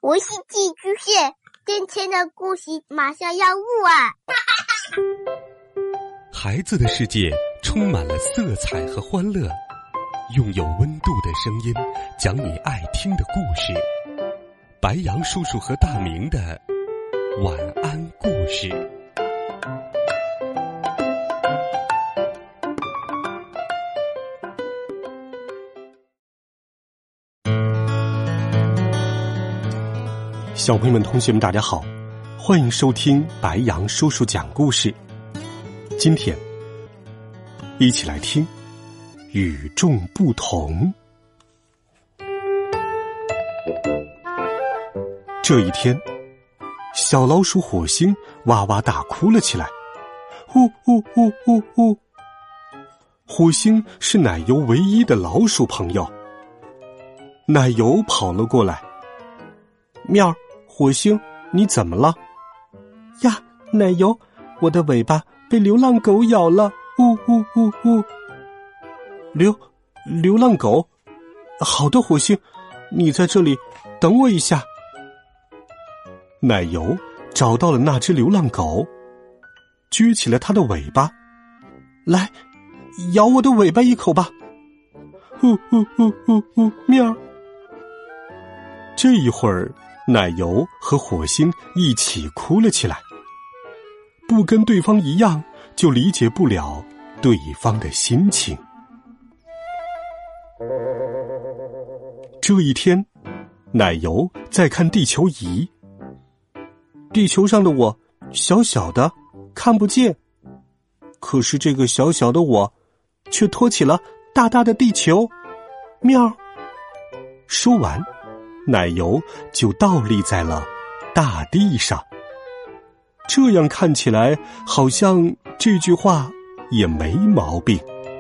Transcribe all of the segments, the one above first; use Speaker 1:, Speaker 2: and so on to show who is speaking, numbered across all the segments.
Speaker 1: 我是寄居蟹，今天的故事马上要录啊！
Speaker 2: 孩子的世界充满了色彩和欢乐，用有温度的声音讲你爱听的故事。白杨叔叔和大明的晚安故事。小朋友们、同学们，大家好，欢迎收听白杨叔叔讲故事。今天一起来听与众不同。这一天，小老鼠火星哇哇大哭了起来，呼呼呼呼呼。火星是奶油唯一的老鼠朋友。奶油跑了过来，喵，火星，你怎么了？
Speaker 3: 呀，奶油，我的尾巴被流浪狗咬了，呜呜呜呜。
Speaker 2: 流浪狗？好的，火星，你在这里等我一下。奶油找到了那只流浪狗，撅起了它的尾巴，来，咬我的尾巴一口吧。呼呼呼呼呼，喵。这一会儿，奶油和火星一起哭了起来。不跟对方一样，就理解不了对方的心情。这一天，奶油在看地球仪。地球上的我小小的，看不见，可是这个小小的我却托起了大大的地球。喵！说完，奶油就倒立在了大地上。这样看起来，好像这句话也没毛病。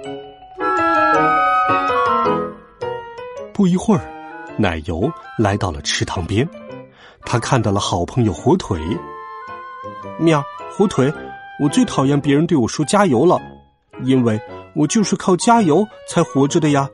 Speaker 2: 不一会儿，奶油来到了池塘边，他看到了好朋友火腿。喵，火腿，我最讨厌别人对我说加油了，因为我就是靠加油才活着的呀。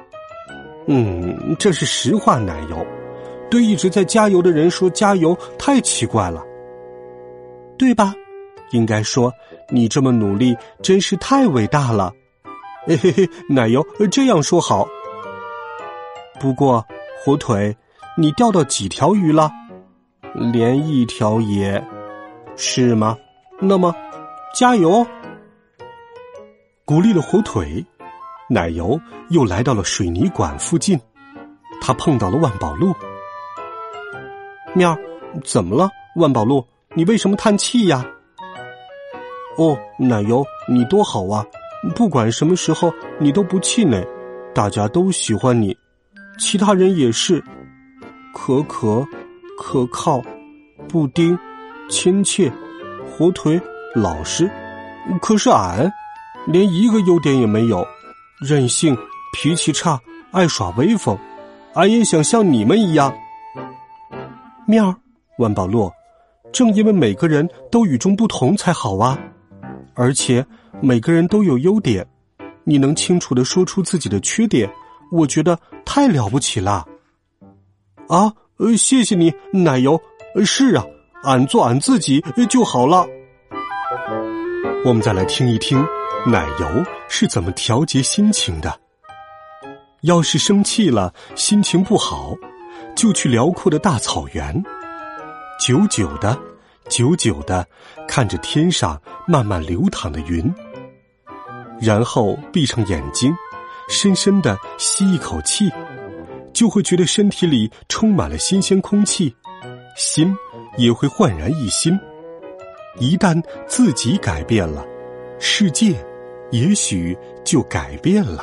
Speaker 2: 这是实话，奶油。对一直在加油的人说加油太奇怪了，对吧？应该说你这么努力真是太伟大了。嘿嘿嘿，奶油，这样说好。不过火腿，你钓到几条鱼了？连一条也。是吗？那么加油。鼓励了火腿，奶油又来到了水泥管附近，他碰到了万宝路。喵，怎么了，万宝路？你为什么叹气呀？哦，奶油，你多好啊，不管什么时候你都不气馁，大家都喜欢你，其他人也是。可可、可靠、布丁、亲切、火腿、老实，可是俺连一个优点也没有，任性、脾气差、爱耍威风，俺也想像你们一样。喵，万宝路，正因为每个人都与众不同才好啊，而且每个人都有优点，你能清楚地说出自己的缺点，我觉得太了不起了。啊，谢谢你，奶油。是啊，俺做俺自己就好了。我们再来听一听奶油是怎么调节心情的。要是生气了，心情不好，就去辽阔的大草原，久久的看着天上慢慢流淌的云，然后闭上眼睛，深深地吸一口气，就会觉得身体里充满了新鲜空气，心也会焕然一新。一旦自己改变了，世界也许就改变了。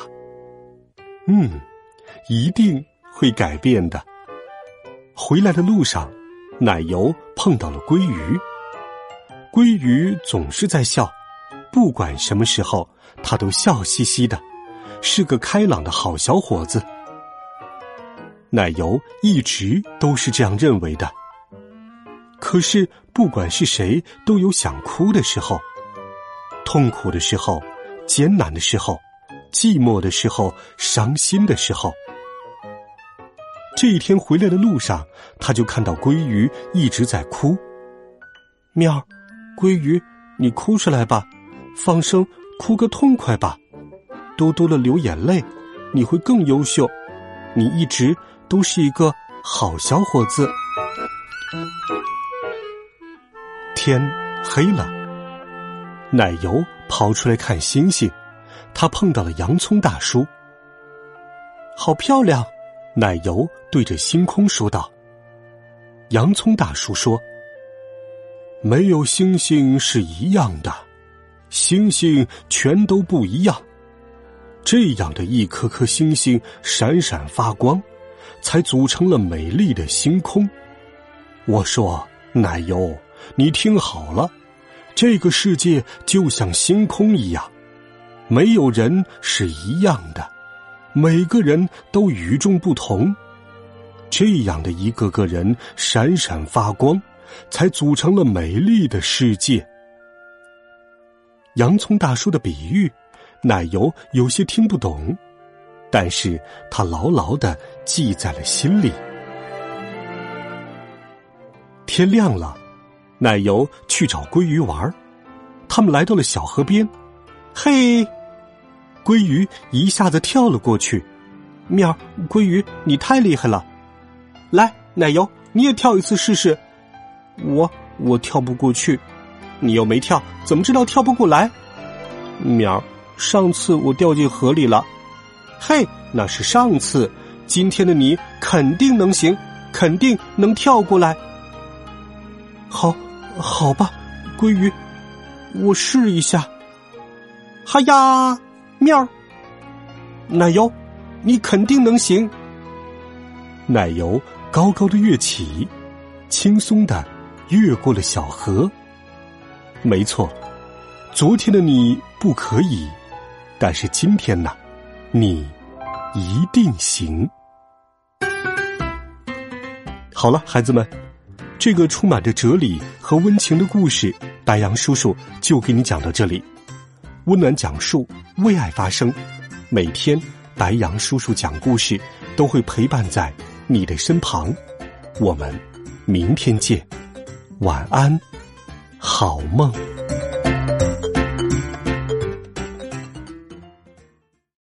Speaker 2: 一定会改变的。回来的路上，奶油碰到了鲑鱼。鲑鱼总是在笑，不管什么时候，他都笑嘻嘻的，是个开朗的好小伙子。奶油一直都是这样认为的。可是不管是谁，都有想哭的时候，痛苦的时候，艰难的时候，寂寞的时候，伤心的时候。 这一天回来的路上，他就看到鲑鱼一直在哭。喵，鲑鱼，你哭出来吧，放声哭个痛快吧，多多的流眼泪，你会更优秀，你一直都是一个好小伙子。天黑了，奶油跑出来看星星，他碰到了洋葱大叔。好漂亮，奶油对着星空说道。洋葱大叔说，没有星星是一样的，星星全都不一样，这样的一颗颗星星闪闪发光，才组成了美丽的星空。我说，奶油，你听好了，这个世界就像星空一样，没有人是一样的，每个人都与众不同，这样的一个个人闪闪发光，才组成了美丽的世界。洋葱大叔的比喻，奶油有些听不懂，但是他牢牢地记在了心里。天亮了，奶油去找鲑鱼玩，他们来到了小河边。嘿，鲑鱼一下子跳了过去。喵，鲑鱼，你太厉害了！来，奶油，你也跳一次试试。我跳不过去。你又没跳，怎么知道跳不过来？喵，上次我掉进河里了。嘿，那是上次，今天的你肯定能行，肯定能跳过来。好吧，鲑鱼，我试一下。哈呀，喵！奶油，你肯定能行。奶油高高的跃起，轻松地越过了小河。没错，昨天的你不可以，但是今天呢，你一定行。好了，孩子们，这个充满着哲理和温情的故事，白杨叔叔就给你讲到这里。温暖讲述，为爱发声，每天白杨叔叔讲故事都会陪伴在你的身旁。我们明天见，晚安，好梦。